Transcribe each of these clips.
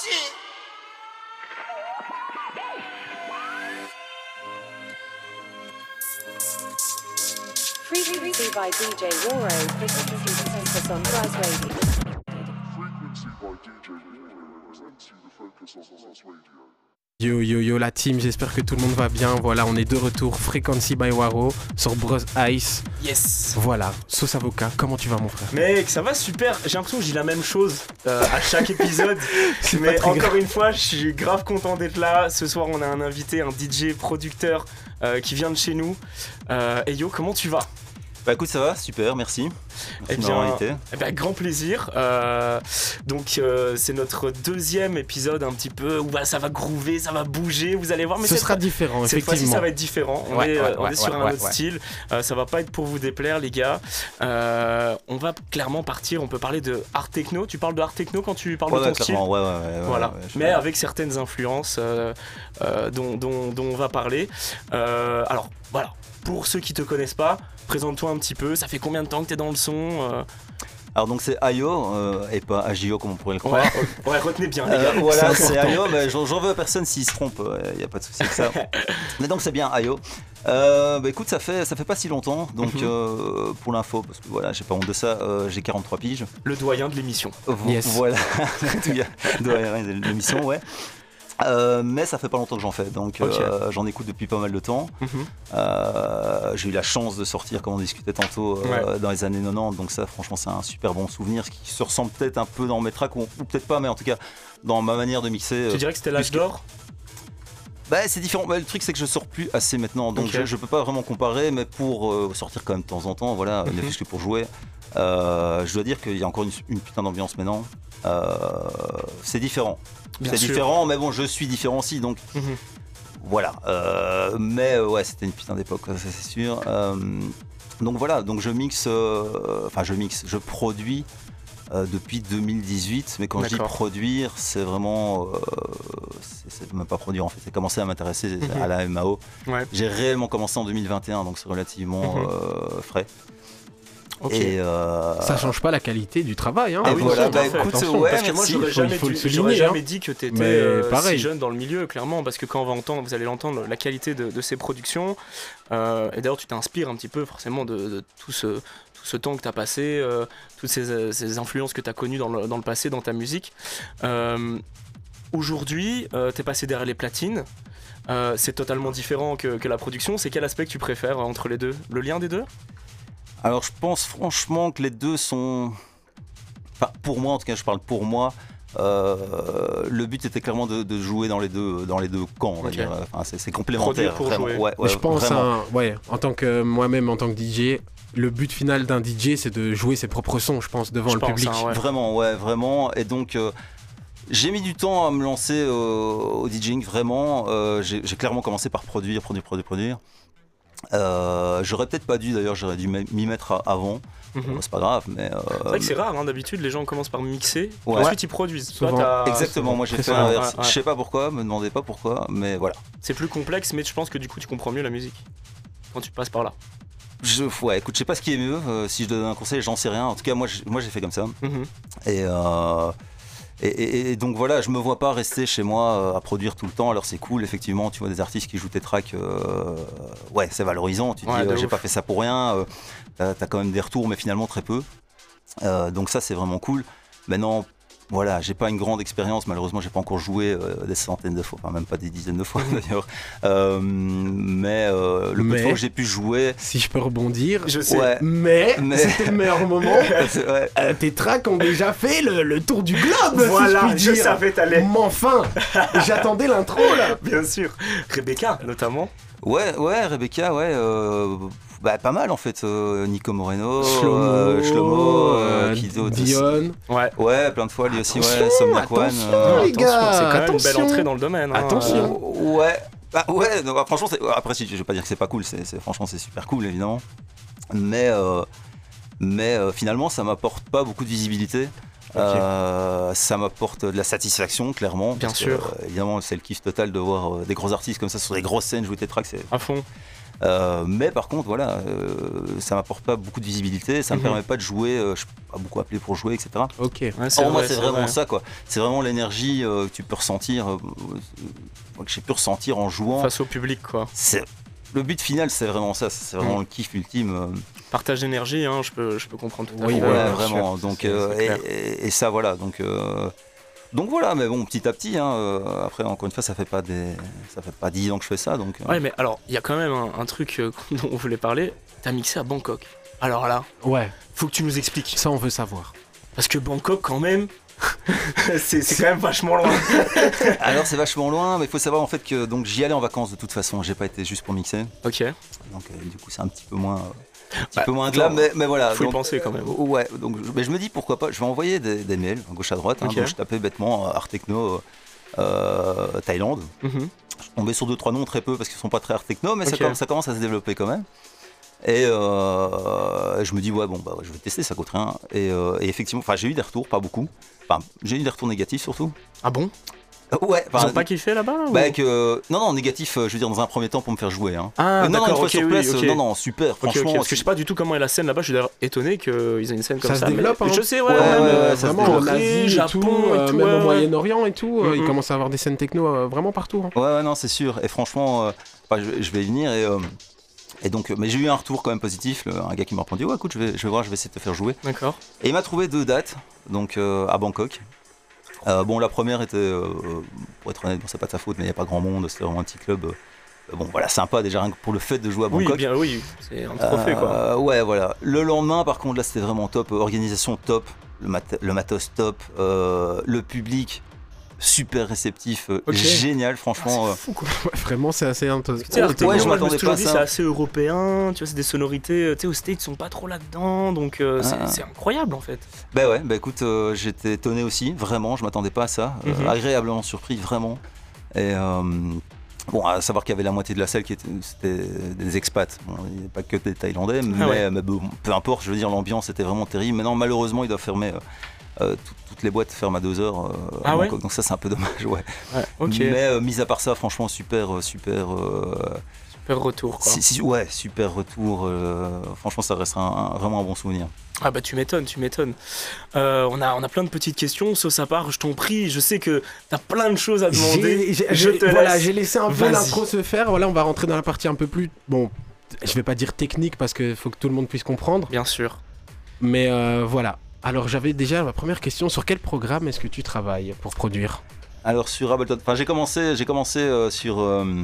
shit. Frequency by DJ Waro, frequency focus on Rise Radio. Frequency by DJ Waro presents you the focus on Rise Radio. Yo yo yo la team, j'espère que tout le monde va bien. Voilà, on est de retour, Frequency by Waro sur Bros Ice. Yes. Voilà, Sauce Avocat, comment tu vas mon frère? Mec, ça va super. J'ai l'impression que je dis la même chose à chaque épisode. Mais encore une fois, je suis grave content d'être là. Ce soir, on a un invité, un DJ producteur qui vient de chez nous. Et yo, comment tu vas? Bah écoute, ça va, super, merci. Eh bien, grand plaisir. Donc c'est notre deuxième épisode un petit peu où ça va groover, ça va bouger, vous allez voir. Mais ce sera différent, cette effectivement. Cette fois-ci, ça va être différent. On est sur un autre style. Ça va pas être pour vous déplaire, les gars. On va clairement partir. On peut parler de art techno. Tu parles de art techno quand tu parles de ton style. Voilà. Mais avec certaines influences dont on va parler. Alors voilà. Pour ceux qui te connaissent pas, présente-toi un petit peu. Ça fait combien de temps que t'es dans le son Alors donc c'est Ayo et pas Agio comme on pourrait le croire. Ouais, retenez bien les gars. Voilà, c'est Ayo, mais j'en veux à personne s'il se trompe, y a pas de souci avec ça. Mais donc c'est bien Ayo. Bah écoute, ça fait pas si longtemps, donc pour l'info, parce que voilà, j'ai pas honte de ça, j'ai 43 piges. Le doyen de l'émission. Yes. Voilà, doyen de l'émission, ouais. Mais ça fait pas longtemps que j'en fais, donc j'en écoute depuis pas mal de temps. J'ai eu la chance de sortir, comme on discutait tantôt, dans les années 90, donc ça franchement c'est un super bon souvenir, ce qui se ressemble peut-être un peu dans mes tracks, ou peut-être pas, mais en tout cas dans ma manière de mixer. Tu dirais que c'était l'âge d'or? Bah c'est différent, bah, le truc c'est que je sors plus assez maintenant, donc je peux pas vraiment comparer, mais pour sortir quand même de temps en temps, voilà, ne fût-ce que pour jouer, je dois dire qu'il y a encore une putain d'ambiance maintenant. C'est différent. C'est différent, mais bon, je suis différent aussi, donc voilà. Mais ouais, c'était une putain d'époque, ça c'est sûr. Donc voilà, donc je produis depuis 2018, mais quand je dis produire, c'est vraiment, c'est même pas produire en fait, c'est commencer à m'intéresser à la MAO. Ouais. J'ai réellement commencé en 2021, donc c'est relativement frais. Okay. Et ça change pas la qualité du travail, hein. Ah oui, voilà, bah écoute, parce que moi j'aurais jamais dit que t'étais si jeune dans le milieu, clairement, parce que quand vous allez l'entendre, la qualité de ces productions, et d'ailleurs tu t'inspires un petit peu forcément de tout ce temps que t'as passé, toutes ces influences que t'as connues dans le passé, dans ta musique. Aujourd'hui, t'es passé derrière les platines. C'est totalement différent que la production. C'est quel aspect que tu préfères entre les deux? Le lien des deux? Alors je pense franchement que les deux sont... Enfin, pour moi, en tout cas je parle pour moi, le but était clairement de jouer dans les deux camps, on va dire. Enfin, c'est complémentaire. Pour vraiment. Jouer. Ouais, je pense en tant que moi-même, en tant que DJ, le but final d'un DJ c'est de jouer ses propres sons, je pense, devant le public. Hein, Vraiment, vraiment. Et donc... j'ai mis du temps à me lancer au DJing, vraiment. J'ai clairement commencé par produire. J'aurais peut-être pas dû, d'ailleurs, j'aurais dû m'y mettre avant. C'est pas grave, mais. C'est vrai que c'est rare, hein, d'habitude, les gens commencent par mixer, et ensuite ils produisent. Exactement, moi j'ai fait l'inverse. Je sais pas pourquoi, me demandez pas pourquoi, mais voilà. C'est plus complexe, mais je pense que du coup tu comprends mieux la musique quand tu passes par là. Écoute, je sais pas ce qui est mieux. Si je donne un conseil, j'en sais rien. En tout cas, moi j'ai fait comme ça. Et donc voilà, je me vois pas rester chez moi à produire tout le temps. Alors c'est cool, effectivement, tu vois des artistes qui jouent tes tracks, c'est valorisant. Tu te dis, j'ai pas fait ça pour rien. T'as quand même des retours, mais finalement très peu. Donc ça, c'est vraiment cool. Maintenant, voilà, j'ai pas une grande expérience. Malheureusement, j'ai pas encore joué des centaines de fois, enfin même pas des dizaines de fois d'ailleurs. Mais le peu de fois que j'ai pu jouer, si je peux rebondir, je sais. Mais c'était le meilleur moment. Tes tracks ont déjà fait le tour du globe. Voilà, si je savais t'aller. Mais enfin, j'attendais l'intro là. Bien sûr. Rebecca notamment. Ouais, Rebecca, pas mal en fait. Nico Moreno, Shlomo, Dion. Ouais, plein de fois lui aussi. Somniac One. Les gars, c'est quand même une belle entrée dans le domaine. Attention. Franchement, après, je vais pas dire que c'est pas cool. Franchement, c'est super cool évidemment. Mais finalement, ça m'apporte pas beaucoup de visibilité. Ça m'apporte de la satisfaction, clairement. Bien sûr. Évidemment, c'est le kiff total de voir des gros artistes comme ça sur des grosses scènes jouer tes tracks. À fond. Mais par contre, voilà, ça m'apporte pas beaucoup de visibilité, ça me permet pas de jouer, je suis pas beaucoup appelé pour jouer, etc. Ok. Ouais, Moi, c'est vraiment ça, quoi. C'est vraiment l'énergie que tu peux ressentir, que j'ai pu ressentir en jouant. Face au public, quoi. Le but final, c'est vraiment ça, c'est vraiment le kiff ultime. Partage d'énergie, hein, je peux comprendre tout à fait. Oui, vraiment. Donc, et ça, voilà. Donc voilà, mais bon, petit à petit, après, encore une fois, ça fait pas 10 ans que je fais ça. Donc, Ouais, mais alors, il y a quand même un truc dont on voulait parler. T'as mixé à Bangkok. Alors là, faut que tu nous expliques. Ça, on veut savoir. Parce que Bangkok, quand même, c'est quand même vachement loin. Alors, c'est vachement loin, mais il faut savoir en fait que donc, j'y allais en vacances de toute façon. J'ai pas été juste pour mixer. Ok. Donc, du coup, c'est un petit peu moins. Un peu moins glam, mais voilà. Faut y penser quand même. Ouais, donc mais je me dis pourquoi pas, je vais envoyer des mails à gauche à droite. Donc je tapais bêtement art techno Thaïlande. Je tombais sur 2-3 noms très peu parce qu'ils sont pas très art techno, mais ça commence à se développer quand même. Et je me dis je vais tester, ça coûte rien. Et effectivement, j'ai eu des retours, pas beaucoup. J'ai eu des retours négatifs surtout. Ah bon? Ouais, ils ont pas kiffé là-bas là, non, négatif, je veux dire dans un premier temps pour me faire jouer. Ah, non, une fois sur place, okay. non, super, franchement. Parce que je sais pas du tout comment est la scène là-bas, je suis d'ailleurs étonné qu'ils aient une scène comme ça. Ça se développe, Je sais, ça vraiment en Asie, Japon, même au Moyen-Orient et tout, il commence à avoir des scènes techno vraiment partout. Ouais, non, c'est sûr. Et franchement, je vais y venir et donc, mais j'ai eu un retour quand même positif, un gars qui m'a répondu écoute, je vais voir, je vais essayer de te faire jouer. D'accord. Et il m'a trouvé 2 dates, donc à Bangkok. La première était, pour être honnête, c'est pas de sa faute, mais il n'y a pas grand monde, c'était vraiment un petit club. Voilà, sympa déjà rien que pour le fait de jouer à Bangkok. Oui, c'est un trophée quoi. Ouais, voilà. Le lendemain, par contre, là c'était vraiment top, organisation top, le matos top, le public super réceptif, génial, franchement. C'est fou quoi. Vraiment, c'est assez intense. Je m'attendais pas à ça. C'est assez européen, tu vois, c'est des sonorités, tu sais, aux States, ils sont pas trop là-dedans, donc c'est incroyable en fait. Écoute, j'étais étonné aussi, vraiment, je m'attendais pas à ça, agréablement surpris, vraiment. Et à savoir qu'il y avait la moitié de la salle c'était des expats, il n'y a pas que des Thaïlandais, mais peu importe, je veux dire, l'ambiance était vraiment terrible. Maintenant, malheureusement, ils doivent fermer. Toutes les boîtes ferment à 2h Bangkok, donc ça c'est un peu dommage, mais mis à part ça, franchement super retour quoi. Super retour, franchement ça restera vraiment un bon souvenir. Ah bah tu m'étonnes. On a plein de petites questions, Sauce à part, je t'en prie, je sais que t'as plein de choses à demander. J'ai laissé un peu l'intro se faire, on va rentrer dans la partie un peu plus, je vais pas dire technique parce qu'il faut que tout le monde puisse comprendre. Bien sûr. Mais voilà. Alors j'avais déjà ma première question, sur quel programme est-ce que tu travailles pour produire? Alors sur Ableton, j'ai commencé sur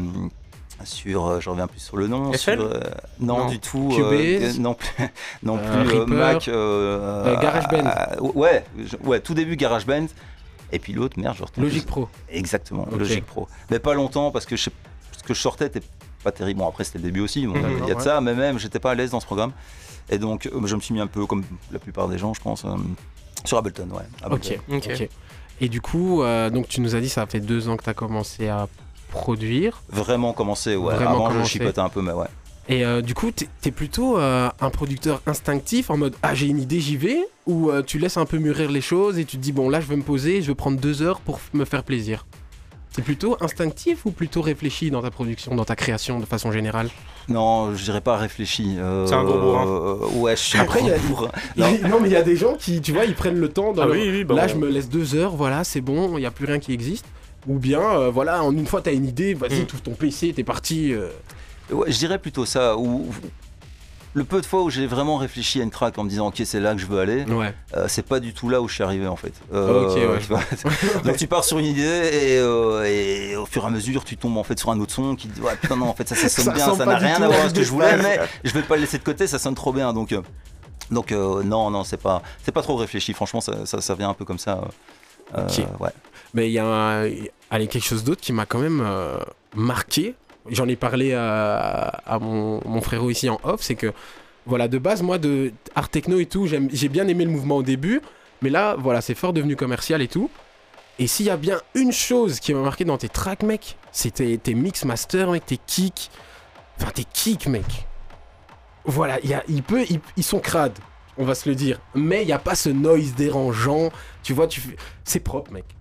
je reviens plus sur le nom. Non, du tout. Cubase, non plus. Mac. GarageBand. Ouais, tout début GarageBand. Et puis l'autre, merde, je retrouve. Logic Pro. Exactement, Logic Pro. Mais pas longtemps parce que ce que je sortais était pas terrible. Bon, après c'était le début aussi, il y a de ça, mais même j'étais pas à l'aise dans ce programme. Et donc je me suis mis un peu comme la plupart des gens, je pense, sur Ableton, Ableton. Ok. Et du coup, donc tu nous as dit ça fait 2 ans que tu as commencé à produire. Vraiment commencé, Avant je chipotais un peu, mais ouais. Et du coup, t'es plutôt un producteur instinctif en mode j'ai une idée, j'y vais, ou tu laisses un peu mûrir les choses et tu te dis bon là je vais me poser, je vais prendre 2 heures pour me faire plaisir. C'est plutôt instinctif ou plutôt réfléchi dans ta production, dans ta création de façon générale? Non, je dirais pas réfléchi. C'est un gros bourrin. Ouais, je suis après, un gros bourrin. Non, mais il y a des gens qui, tu vois, ils prennent le temps. Là, je me laisse 2 heures, voilà, c'est bon, il n'y a plus rien qui existe. Ou bien, en une fois, tu as une idée, vas-y, touche ton PC, t'es parti. Ouais, je dirais plutôt ça. Le peu de fois où j'ai vraiment réfléchi à une track en me disant ok c'est là que je veux aller, c'est pas du tout là où je suis arrivé en fait. Donc tu pars sur une idée et au fur et à mesure tu tombes en fait sur un autre son qui dit ouais putain non en fait ça sonne bien, ça n'a rien à voir avec ce que je voulais, mais je vais pas le laisser de côté, ça sonne trop bien donc non c'est pas trop réfléchi, franchement ça vient un peu comme ça. Ouais. Mais il y a quelque chose d'autre qui m'a quand même marqué. J'en ai parlé à mon frérot ici en off, c'est que voilà, de base moi de art techno et tout, j'ai bien aimé le mouvement au début, mais là voilà, c'est fort devenu commercial et tout. Et s'il y a bien une chose qui m'a marqué dans tes tracks mec, c'était tes mix master mec, tes kicks, mec. Voilà, ils sont crades. on va se le dire. Mais il n'y a pas ce noise dérangeant. Tu vois, c'est propre, mec.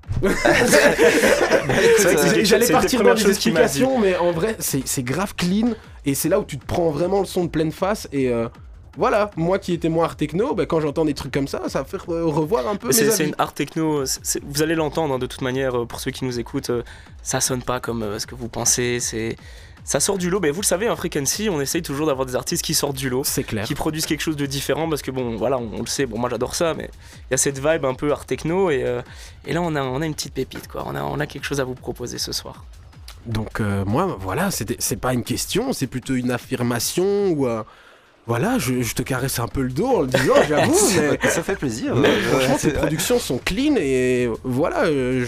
J'allais partir dans des explications, mais en vrai, c'est grave clean. Et c'est là où tu te prends vraiment le son de pleine face. Et voilà, moi qui étais moins art techno, bah, quand j'entends des trucs comme ça fait revoir un peu mes avis. C'est une art techno, vous allez l'entendre hein, de toute manière, pour ceux qui nous écoutent, ça sonne pas comme ce que vous pensez, ça sort du lot, mais vous le savez, un Frequency, on essaye toujours d'avoir des artistes qui sortent du lot, c'est clair, qui produisent quelque chose de différent, parce que bon, voilà, on le sait, bon, moi j'adore ça, mais il y a cette vibe un peu art techno, et là on a une petite pépite, quoi. On a quelque chose à vous proposer ce soir. Donc moi, voilà, c'est pas une question, c'est plutôt une affirmation, ou voilà, je te caresse un peu le dos en le disant, j'avoue, mais ça fait plaisir. Franchement, tes productions sont clean, et voilà,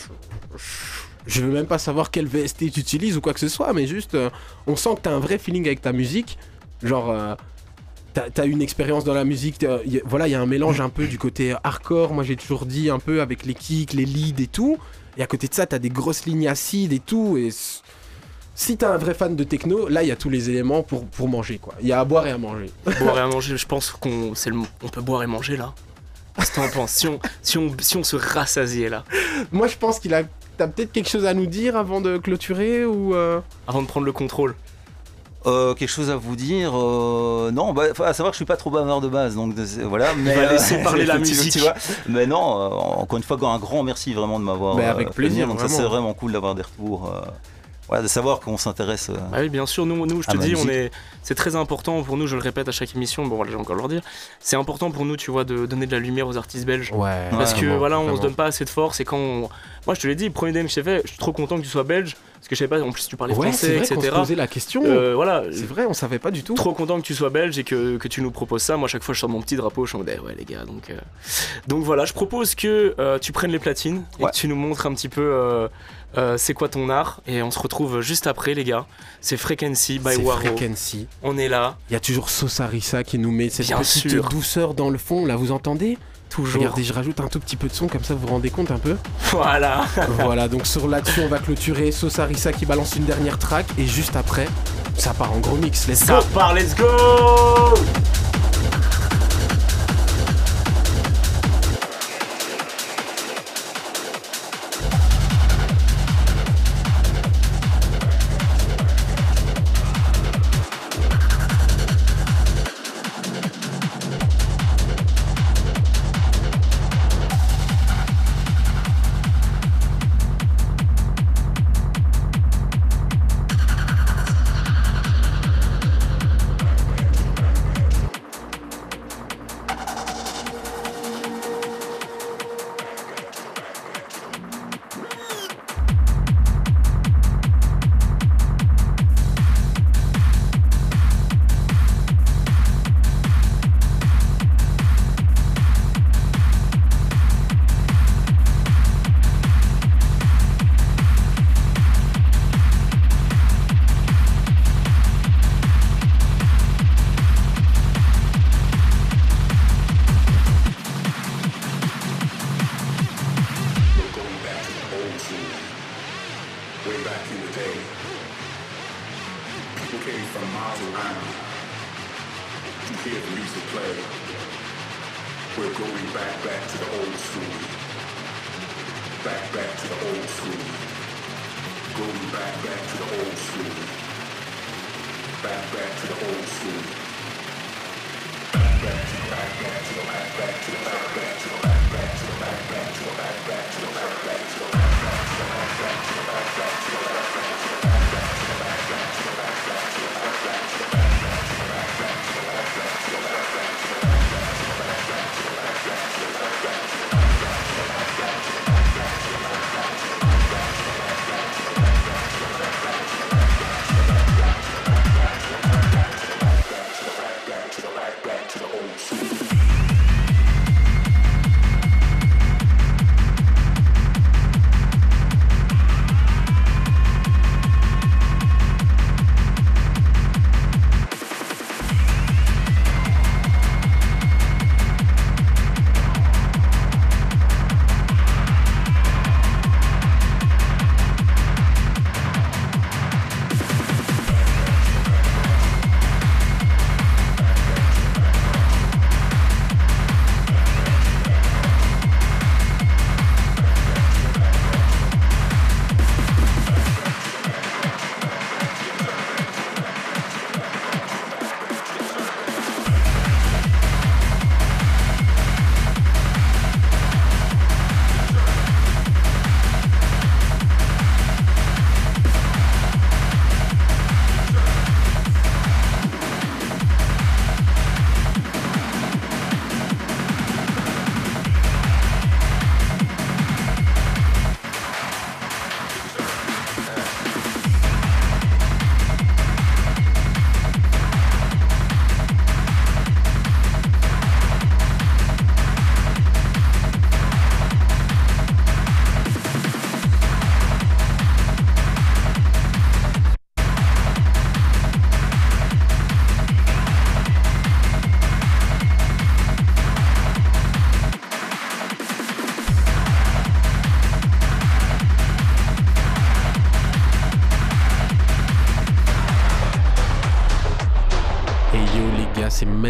je veux même pas savoir quel VST tu utilises ou quoi que ce soit, mais juste, on sent que t'as un vrai feeling avec ta musique. Genre, t'as une expérience dans la musique. Voilà, il y a un mélange un peu du côté hardcore, moi j'ai toujours dit, un peu avec les kicks, les leads et tout. Et à côté de ça, t'as des grosses lignes acides et tout. Et si t'es un vrai fan de techno, là, il y a tous les éléments pour manger, quoi. Il y a à boire et à manger. Boire et à manger, je pense qu'on peut boire et manger, là. Qu'est-ce que t'en penses si on se rassasiait, là? Moi, je pense T'as peut-être quelque chose à nous dire avant de clôturer ou Avant de prendre le contrôle. Quelque chose à vous dire non, à savoir que je suis pas trop bavard de base, donc voilà. Mais on va laisser parler la musique. Tu vois, mais non, encore une fois, un grand merci vraiment de m'avoir. Avec plaisir. Donc vraiment. Ça c'est vraiment cool d'avoir des retours. Voilà, de savoir qu'on s'intéresse. Oui, bien sûr, nous je te dis, c'est très important pour nous, je le répète à chaque émission, bon voilà, j'ai encore à leur dire, c'est important pour nous, tu vois, de donner de la lumière aux artistes belges. Ouais. Parce que voilà, on vraiment. se donne pas assez de force, et quand moi je te l'ai dit, le premier DM que j'ai fait, je suis trop content que tu sois belge, parce que je savais pas, en plus tu parlais français, etc. Qu'on se posait la question. Voilà. C'est vrai, on savait pas du tout. Trop content que tu sois belge et que tu nous proposes ça. Moi, à chaque fois, je sors mon petit drapeau, je suis en mode, ouais les gars, donc voilà, je propose que tu prennes les platines et que tu nous montres un petit peu c'est quoi ton art, et on se retrouve juste après, les gars. C'est Frequency by Waro. Frequency. On est là. Il y a toujours Sosarissa qui nous met cette petite douceur dans le fond, là, vous entendez? Toujours. Regardez, je rajoute un tout petit peu de son, comme ça vous vous rendez compte un peu. Voilà. Voilà, donc là-dessus on va clôturer. Sosarissa qui balance une dernière track, et juste après, ça part en gros mix. Let's go.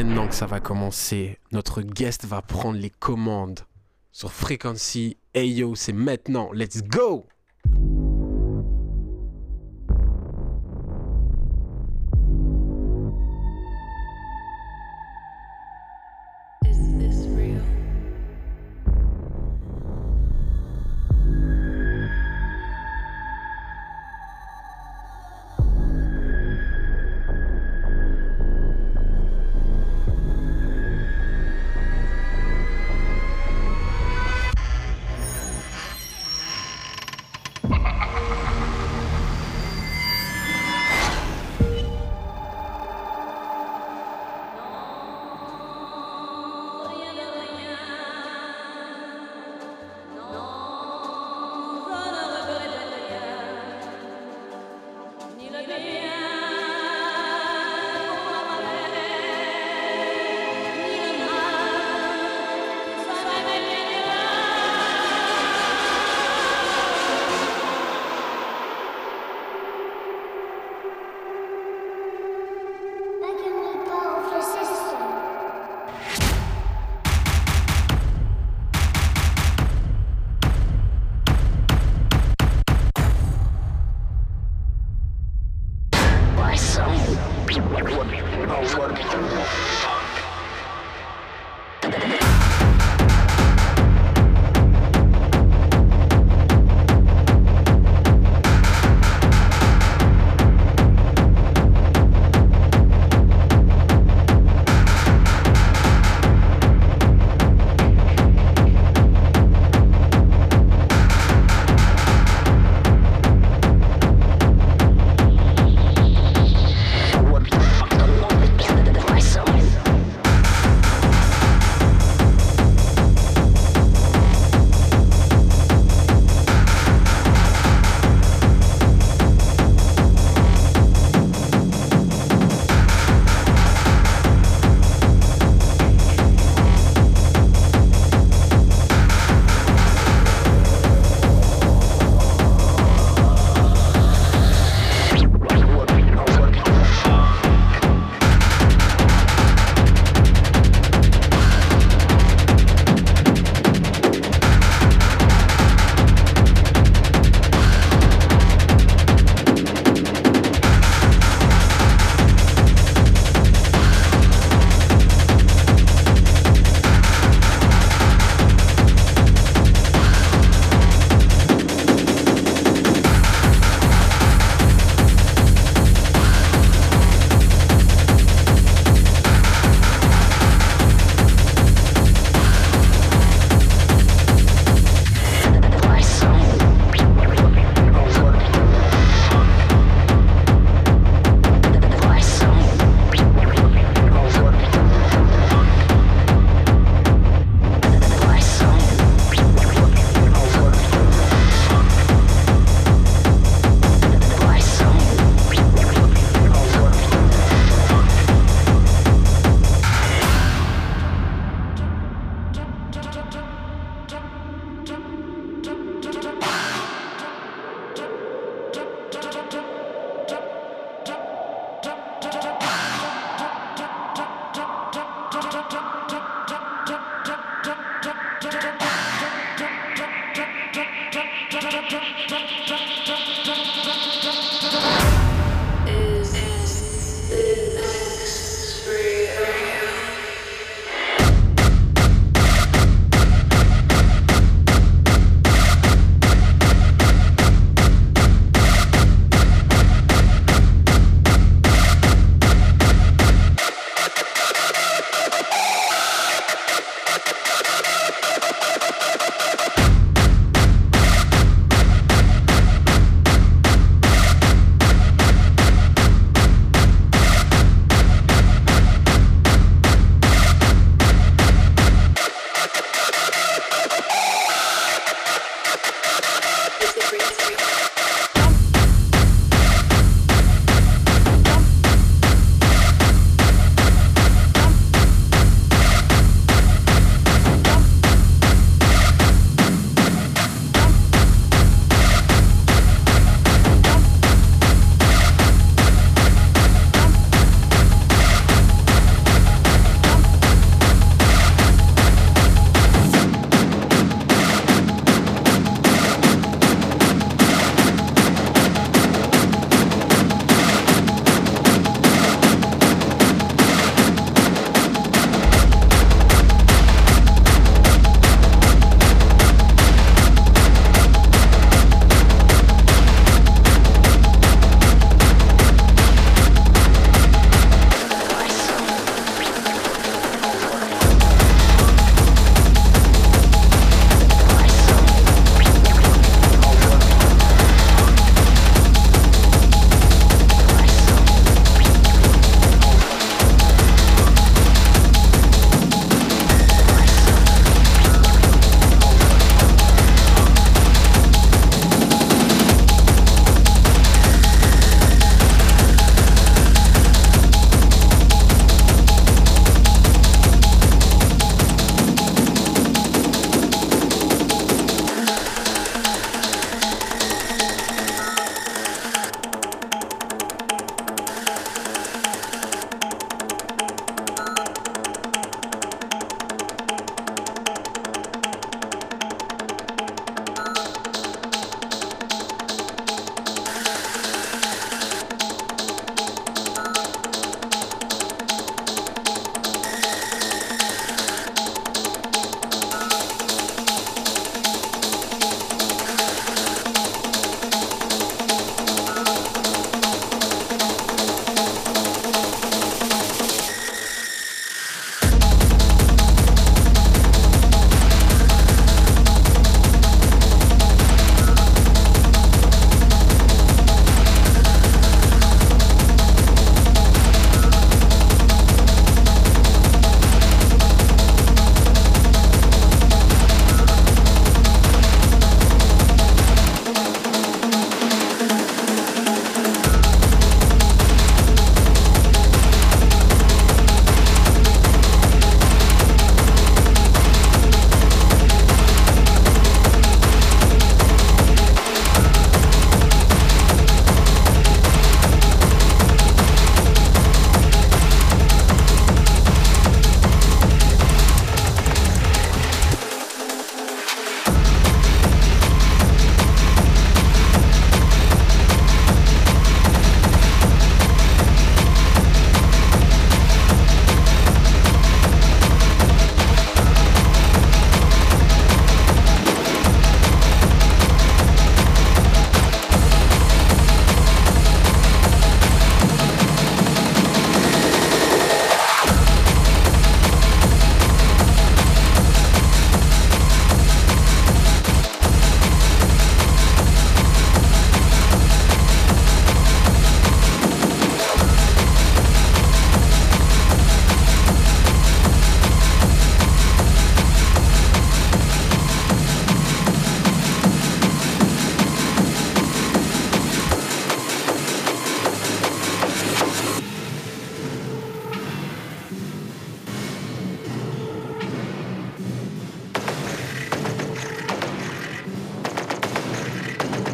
maintenant que ça va commencer. Notre guest va prendre les commandes sur Frequency. Hey yo, c'est maintenant. Let's go!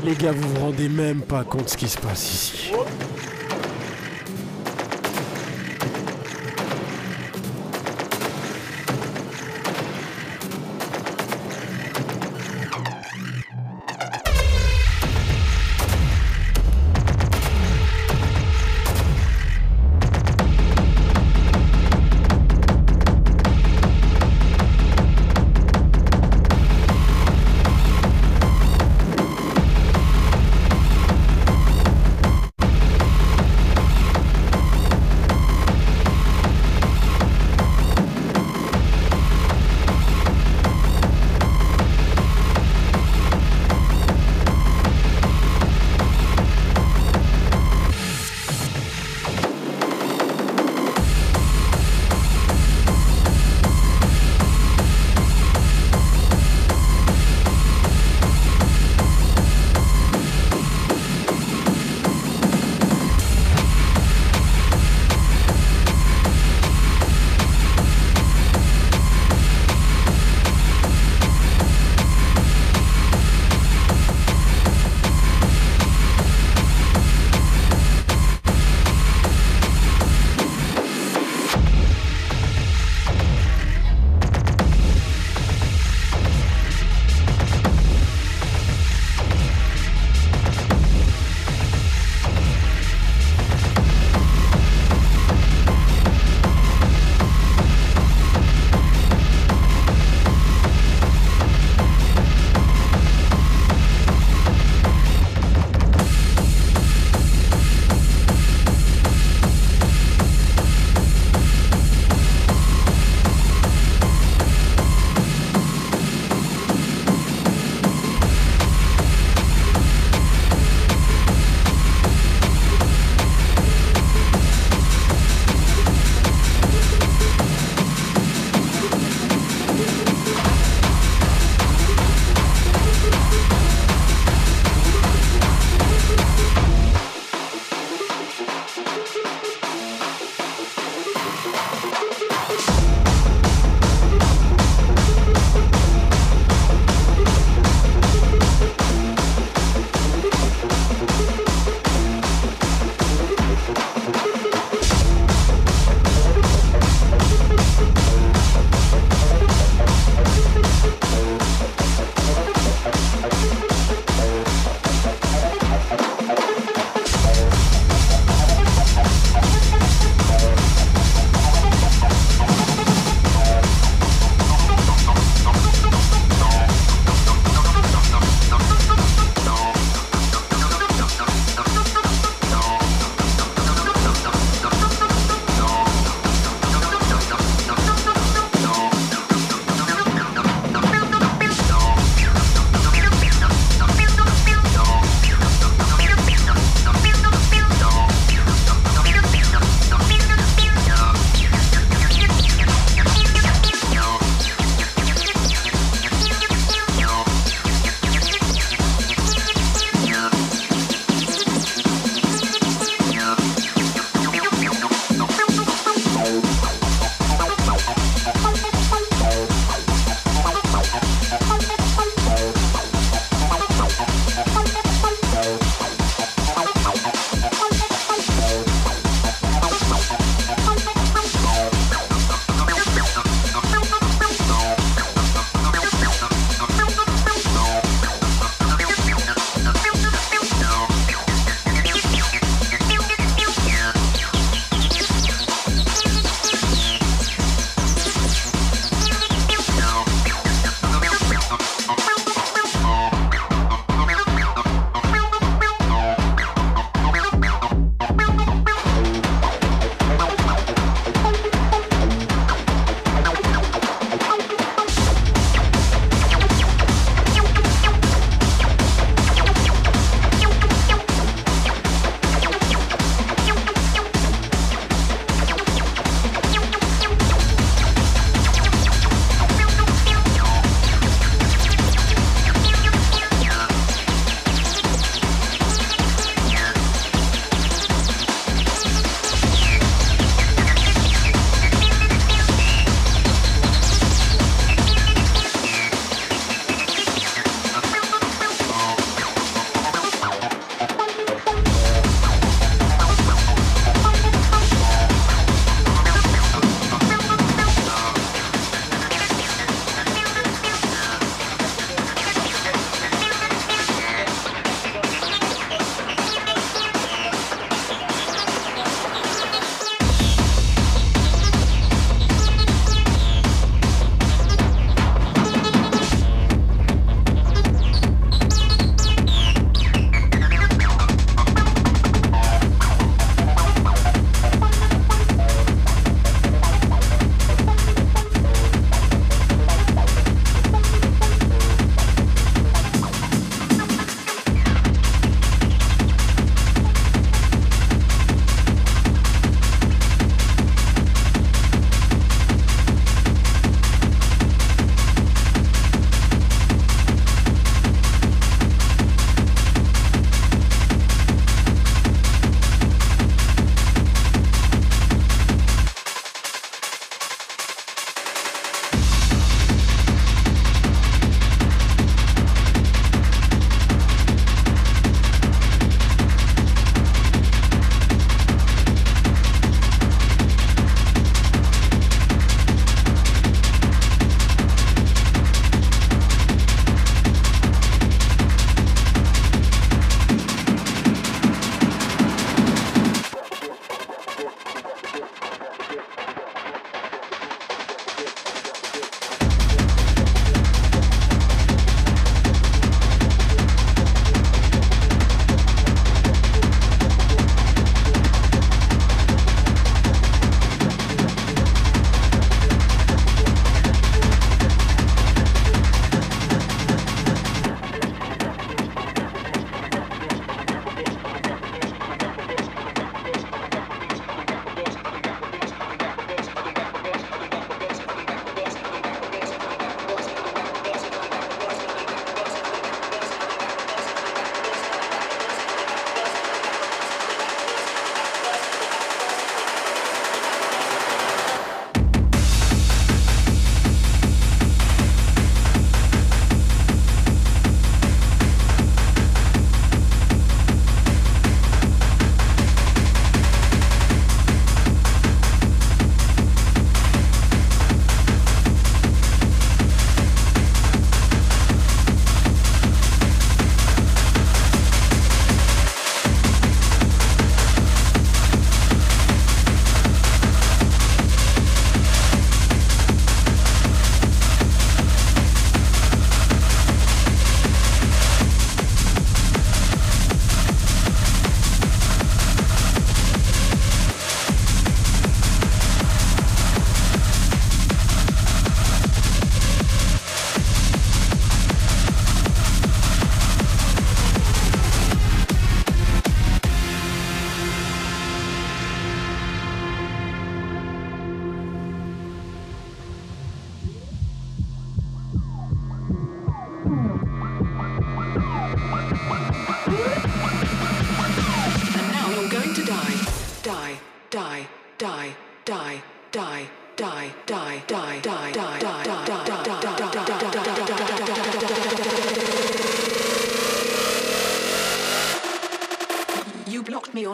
Les gars, vous vous rendez même pas compte ce qui se passe ici.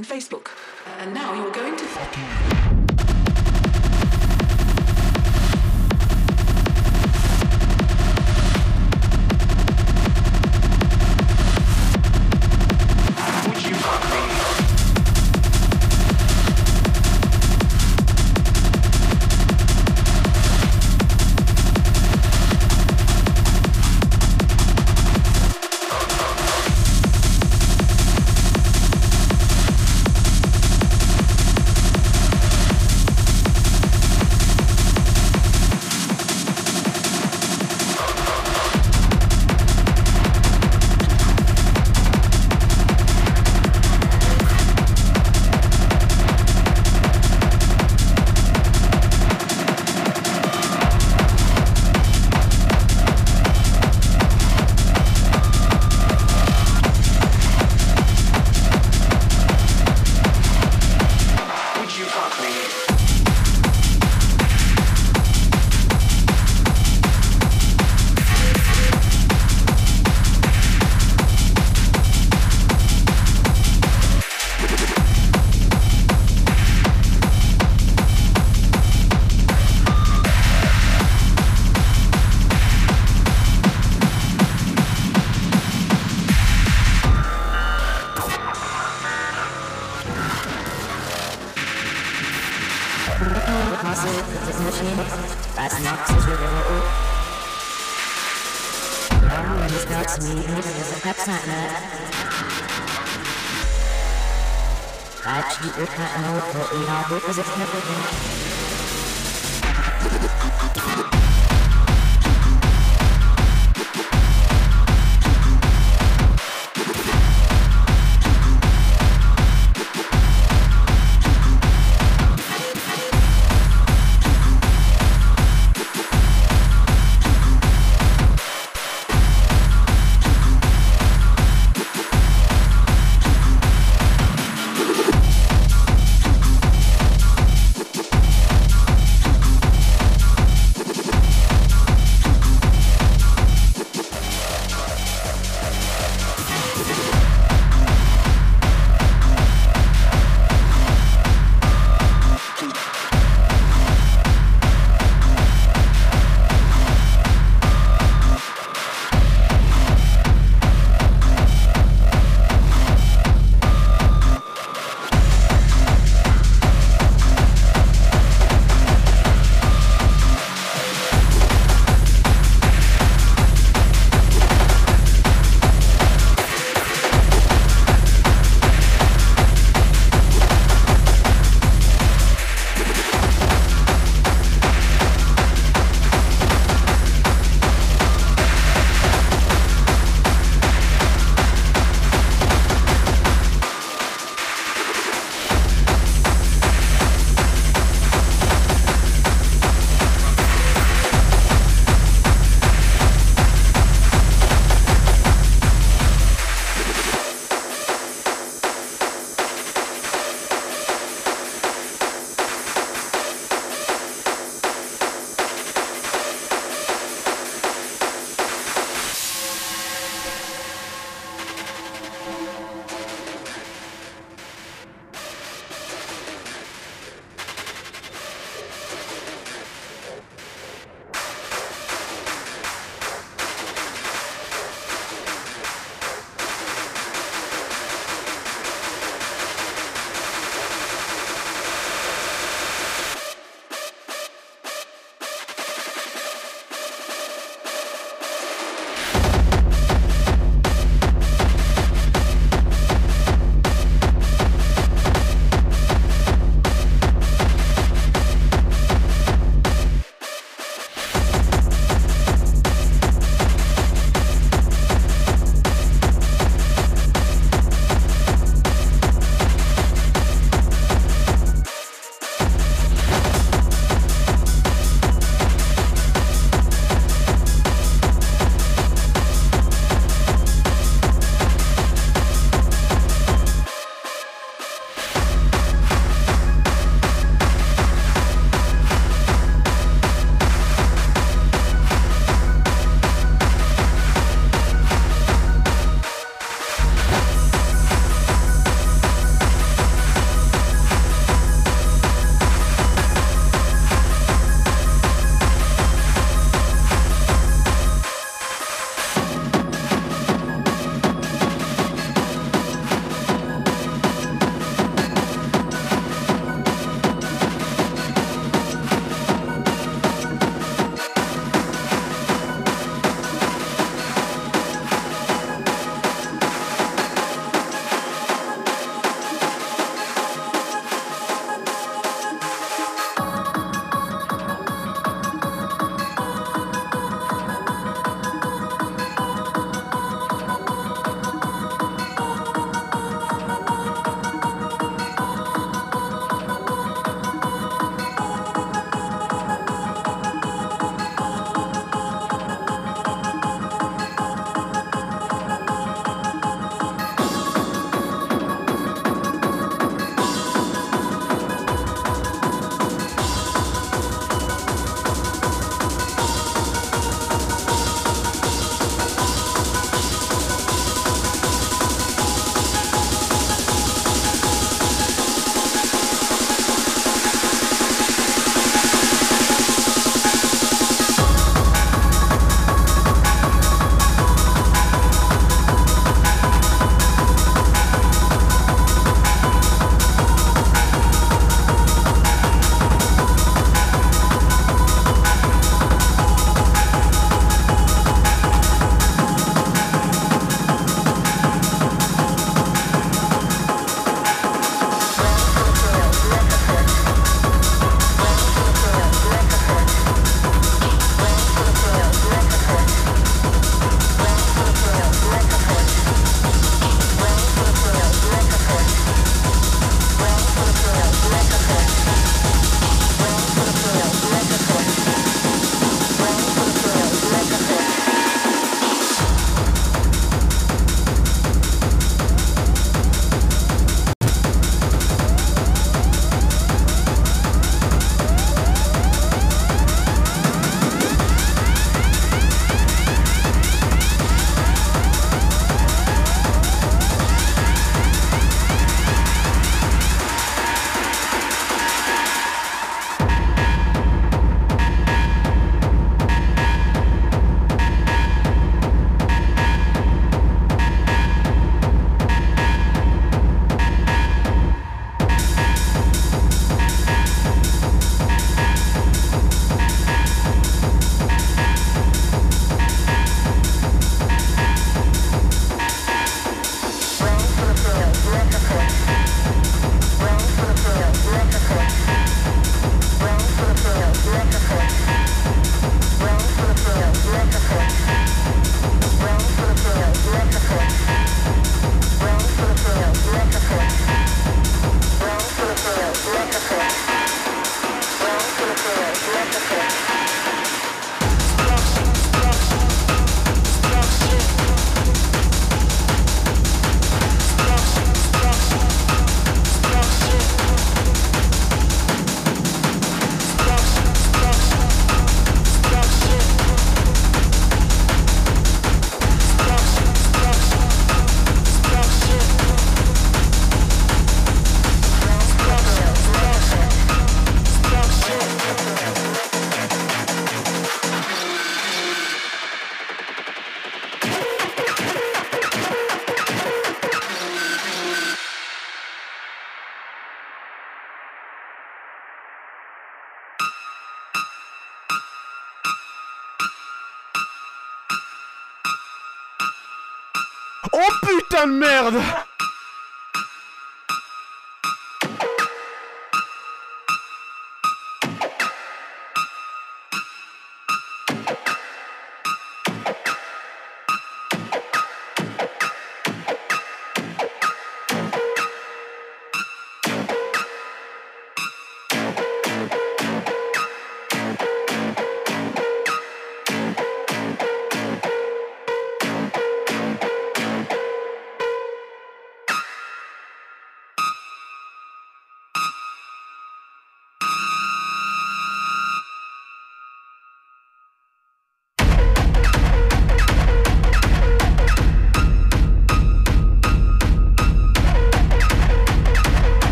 on Facebook. And now you're going to... Oh putain de merde.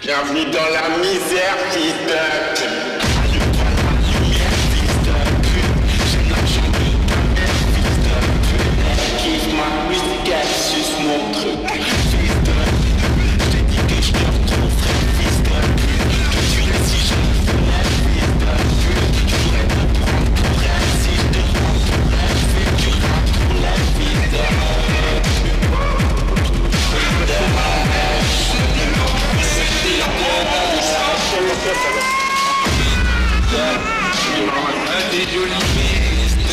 Bienvenue dans la misère, fils de... Suce mon truc, fils de je t'ai dit que je te retrouverai, fils de je te tuerai si je le ferais, fils de je pourrais te prendre pour elle si je te rentrerais, je fais du rap pour la fils de des jolis fils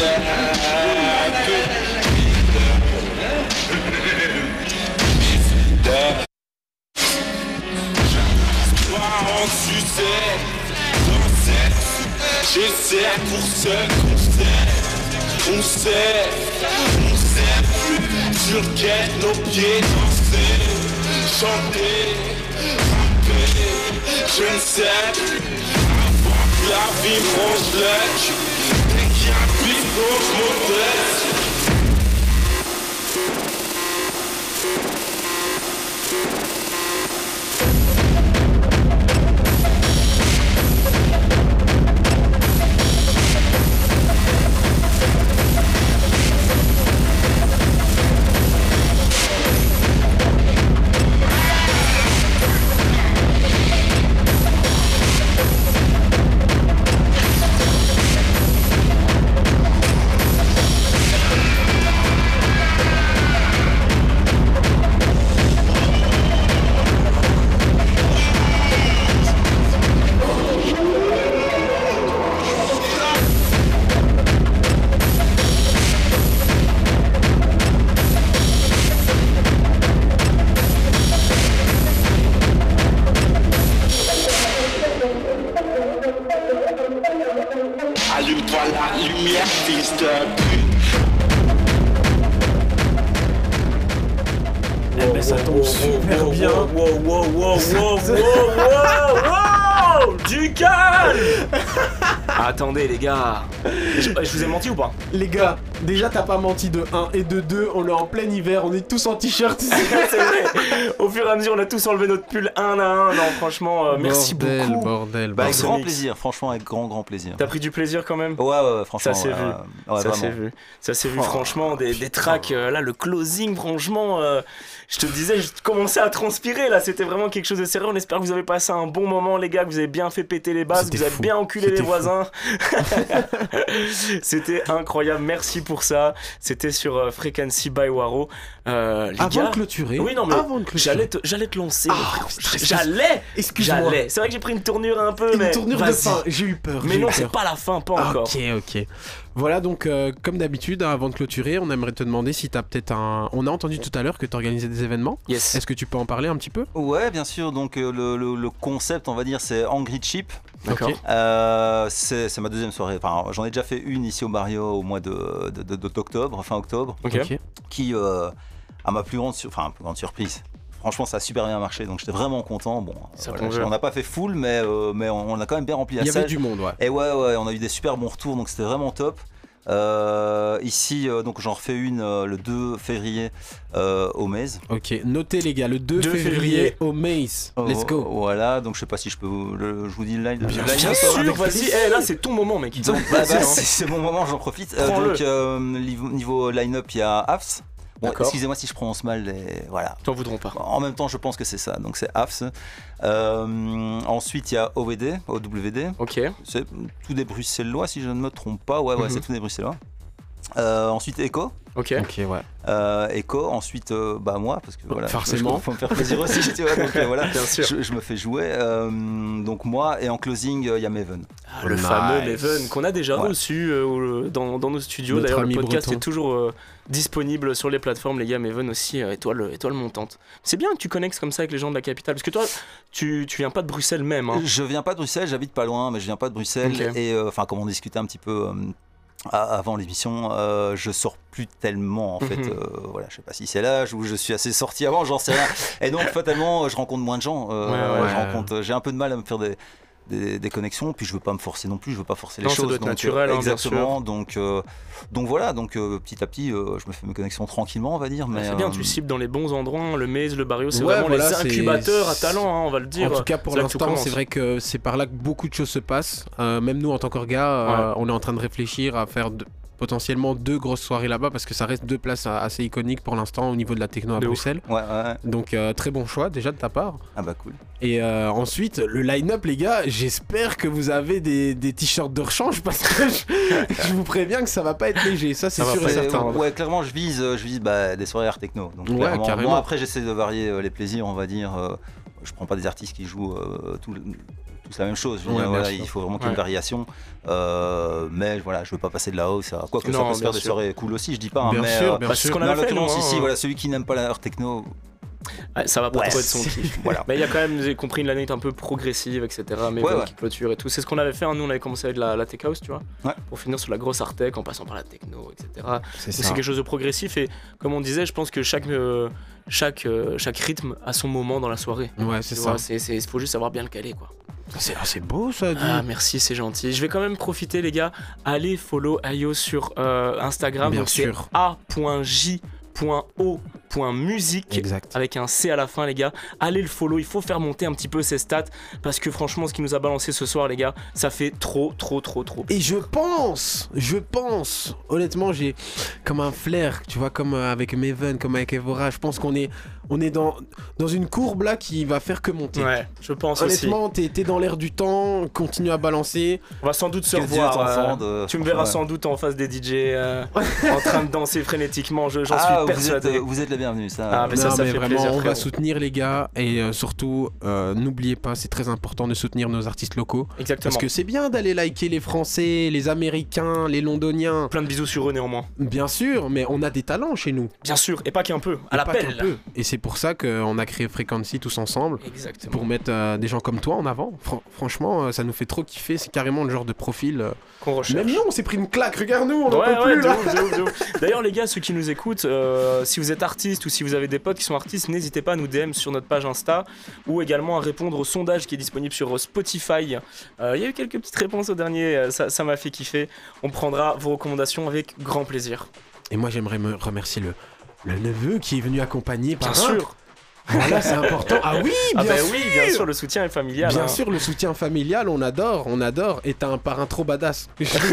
on suçait, dansait, j'essaie pour ce qu'on sait, on sait plus sur quel nos pieds danser, chanter, rapper, je ne sais plus, avant que la vie mange le cul, dès qu'il y a un bistrot, je m'en allume-toi la lumière, fils de pute. Eh ben ça tombe super bien. Du calme. Attendez les gars, je vous ai menti ou pas? Les gars, déjà t'as pas menti de 1 et de 2, on est en plein hiver, on est tous en t-shirt. C'est vrai, au fur et à mesure on a tous enlevé notre pull un à un. Non franchement, merci beaucoup. Bordel. Bah, avec grand plaisir, franchement avec grand plaisir. T'as pris du plaisir quand même? Ouais, franchement. Ça s'est vu, ça s'est vu. Ça s'est vu franchement, des tracks, là le closing franchement, je te disais, je commençais à transpirer là, c'était vraiment quelque chose de sérieux. On espère que vous avez passé un bon moment les gars, que vous avez bien fait péter les basses, que vous avez bien enculé les voisins. C'était incroyable, merci pour ça. C'était sur Frequency by Waro. Avant de clôturer. Oui, non, mais j'allais te lancer. J'allais. C'est vrai que j'ai pris une tournure un peu. Une tournure de fin, j'ai eu peur. Mais non, c'est pas la fin, pas encore. Ok. Voilà, donc comme d'habitude, avant de clôturer, on aimerait te demander si t'as peut-être un... On a entendu tout à l'heure que t'organisais des événements. Yes. Est-ce que tu peux en parler un petit peu? Ouais, bien sûr. Donc le concept, on va dire, c'est Angry Chip. D'accord. C'est ma deuxième soirée. Enfin, j'en ai déjà fait une ici au Barrio au mois d'octobre, fin octobre. Ok. Qui, à ma plus grande surprise. Franchement, ça a super bien marché, donc j'étais vraiment content. Bon, on n'a pas fait full, mais on a quand même bien rempli la salle. Il y avait du monde, ouais. Et ouais, on a eu des super bons retours, donc c'était vraiment top. Ici, donc j'en refais une le 2 février au Maze. Ok, notez les gars, le 2 février au Maze. Let's go. Voilà, donc je sais pas si je peux. Je vous dis le line. Bien sûr, vas-y. Là, c'est ton moment, mec. C'est mon moment, j'en profite. Donc, niveau line-up, il y a AFS. Bon, excusez-moi si je prononce mal, voilà. T'en voudront pas. En même temps, je pense que c'est ça, donc c'est AFS. Ensuite, il y a OWD. Ok. C'est tout des Bruxellois, si je ne me trompe pas. Ouais, c'est tout des Bruxellois. Ensuite, Echo. Ok, ouais. Echo, ensuite, moi, parce que voilà. Forcément. Faut me faire plaisir aussi, tu vois. Donc voilà, bien sûr. Je me fais jouer. Donc moi, et en closing, il y a Maven. Le fameux Maven qu'on a déjà reçu dans nos studios. D'ailleurs, le podcast est toujours disponible sur les plateformes, les gars. Maven aussi, étoile montante. C'est bien que tu connectes comme ça avec les gens de la capitale, parce que toi, tu viens pas de Bruxelles même. Hein. Je viens pas de Bruxelles, j'habite pas loin, mais je viens pas de Bruxelles. Okay. Et comme on discutait un petit peu avant l'émission, je sors plus tellement en fait. Voilà, je sais pas si c'est l'âge ou je suis assez sorti avant, j'en sais rien. Et donc fatalement, je rencontre moins de gens. J'ai un peu de mal à me faire des connexions, puis je veux pas me forcer non plus, je veux pas forcer les choses. Ça doit être naturel, exactement. Donc voilà, petit à petit, je me fais mes connexions tranquillement, on va dire. Mais c'est bien, tu cibles dans les bons endroits. Le Maze, le Barrio, c'est vraiment les incubateurs à talent, on va le dire. En tout cas, pour l'instant, c'est vrai que c'est par là que beaucoup de choses se passent. Même nous, en tant qu'orga, on est en train de réfléchir à faire potentiellement 2 grosses soirées là-bas parce que ça reste 2 places assez iconiques pour l'instant au niveau de la techno à Bruxelles. Ouais. Donc très bon choix déjà de ta part. Ah bah cool. Et ensuite le line-up les gars, j'espère que vous avez des t-shirts de rechange parce que je vous préviens que ça va pas être léger, ça c'est sûr et certain. Ouais, clairement je vise des soirées art techno. Donc carrément. Bon, après j'essaie de varier les plaisirs, on va dire. Je prends pas des artistes qui jouent c'est la même chose, il faut vraiment qu'il y ait une variation, mais voilà, je veux pas passer de la house à quoi que ça peut se faire des soirées cool aussi, je dis pas, bien sûr. C'est ce qu'on avait fait, voilà, celui qui n'aime pas l'art techno, ça va pas trop être son kiff. Voilà. Mais il y a quand même, j'ai compris, une année un peu progressive, etc. Mais qui clôture et tout. C'est ce qu'on avait fait, nous on avait commencé avec la tech house, tu vois, pour finir sur la grosse art tech en passant par la techno, etc. C'est quelque chose de progressif et comme on disait, je pense que chaque rythme a son moment dans la soirée. Ouais, c'est ça. Il faut juste savoir bien le caler, quoi. C'est beau ça. Ah merci, c'est gentil. Je vais quand même profiter les gars, allez follow Ayo sur Instagram. Bien donc sûr. C'est a.j.o.musique avec un C à la fin les gars. Allez le follow, il faut faire monter un petit peu ses stats parce que franchement ce qu'il nous a balancé ce soir les gars, ça fait trop. Et je pense, honnêtement j'ai comme un flair, tu vois, comme avec Maven, comme avec Evora, je pense qu'on est dans une courbe là qui va faire que monter. Ouais, je pense honnêtement, aussi. t'es dans l'air du temps, continue à balancer. On va sans doute se revoir. Tu me verras sans doute en face des DJ en train de danser frénétiquement, j'en suis persuadé. Vous êtes les bienvenus, ça. Ça fait vraiment plaisir, on va soutenir les gars et surtout n'oubliez pas, c'est très important de soutenir nos artistes locaux. Exactement. Parce que c'est bien d'aller liker les Français, les Américains, les Londoniens. Plein de bisous sur eux néanmoins. Bien sûr, mais on a des talents chez nous. Bien sûr, et pas qu'un peu, à l'appel. Et c'est pour ça qu'on a créé Frequency tous ensemble. Exactement. Pour mettre des gens comme toi en avant. Franchement, ça nous fait trop kiffer, c'est carrément le genre de profil qu'on recherche. Même nous, on s'est pris une claque, regarde-nous, on en peut plus là. De ouf. D'ailleurs les gars, ceux qui nous écoutent, si vous êtes artiste ou si vous avez des potes qui sont artistes, n'hésitez pas à nous DM sur notre page Insta ou également à répondre au sondage qui est disponible sur Spotify. Il y a eu quelques petites réponses au dernier, ça m'a fait kiffer. On prendra vos recommandations avec grand plaisir. Et moi j'aimerais me remercier le neveu qui est venu accompagner par Bien sûr. Voilà, c'est important. Ah oui, bien sûr, le soutien est familial. Bien sûr, le soutien familial, on adore. Et t'as un parrain trop badass.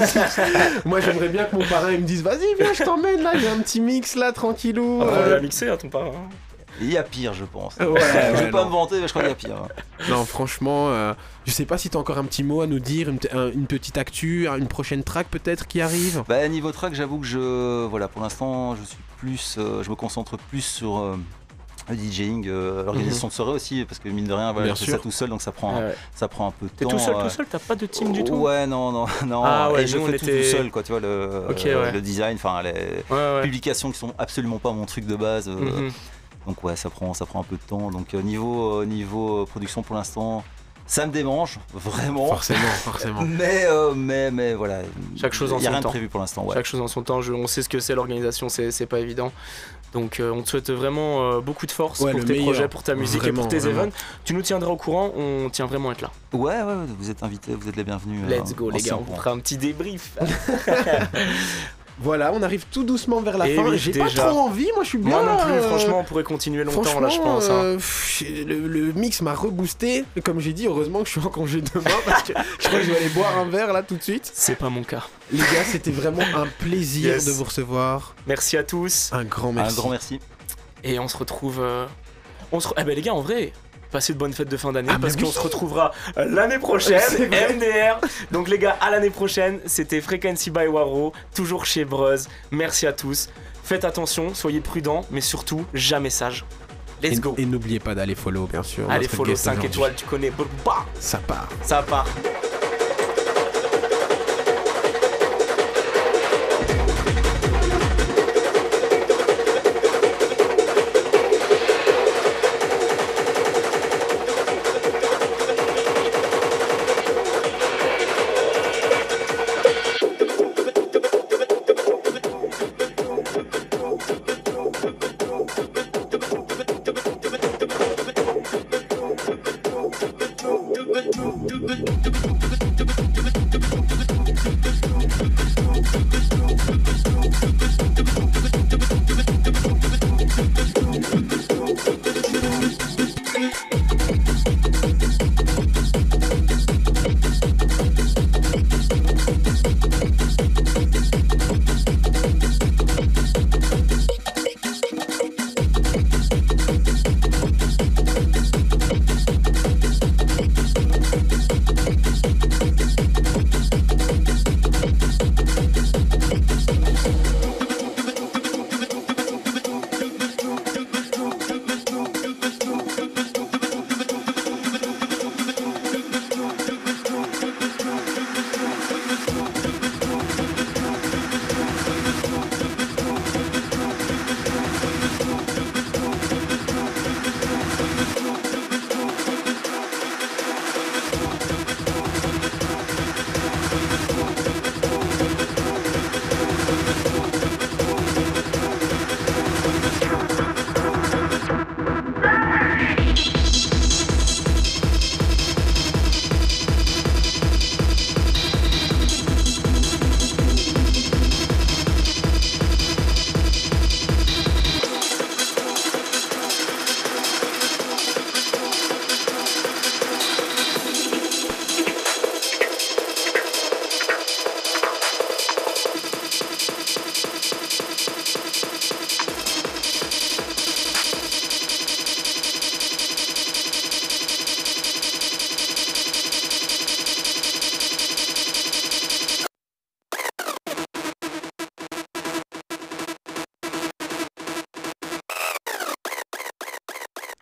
Moi, j'aimerais bien que mon parrain il me dise, vas-y, viens, je t'emmène là, j'ai un petit mix là, tranquillou. On va mixer à ton parrain. Il y a pire, je pense. Je vais pas me vanter, mais je crois qu'il y a pire. Non, franchement, je sais pas si t'as encore un petit mot à nous dire, une petite actu, une prochaine track peut-être qui arrive. Niveau track, j'avoue que pour l'instant, je me concentre plus sur le DJing, l'organisation de soirée aussi, parce que mine de rien, je fais ça tout seul, donc ça prend un peu de temps. T'es tout seul, t'as pas de team du tout? Ouais, non. Ah ouais, et je fais tout seul, quoi, tu vois, le design, les publications qui sont absolument pas mon truc de base. Donc ça prend un peu de temps. Donc niveau production pour l'instant, ça me démange vraiment. Forcément. Mais voilà. Chaque chose en son temps. Il n'y a rien de prévu pour l'instant. Chaque chose en son temps. On sait ce que c'est l'organisation, c'est pas évident. Donc on te souhaite vraiment beaucoup de force pour tes projets, pour ta musique et pour tes events. Tu nous tiendras au courant, on tient vraiment à être là. Ouais, vous êtes invités, vous êtes les bienvenus. Let's go les gars, on fera un petit débrief. Voilà, on arrive tout doucement vers la fin. Oui, j'ai pas trop envie, moi je suis bien. Moi non plus, franchement, on pourrait continuer longtemps là, je pense. Le mix m'a reboosté. Comme j'ai dit, heureusement que je suis en congé demain parce que je crois que je vais aller boire un verre là tout de suite. C'est pas mon cas. Les gars, c'était vraiment un plaisir de vous recevoir. Merci à tous. Un grand merci. Et on se retrouve. Les gars, en vrai. Passez de bonnes fêtes de fin d'année parce qu'on se retrouvera l'année prochaine, MDR. Donc les gars, à l'année prochaine. C'était Frequency by Waro, toujours chez Bruz. Merci à tous. Faites attention, soyez prudents, mais surtout jamais sages. Let's go. Et n'oubliez pas d'aller follow, bien sûr. Allez follow 5 étoiles, tu connais. Ça part. Do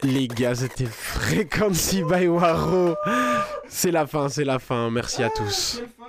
Les gars, c'était Frequency by Waro. C'est la fin. Merci à tous.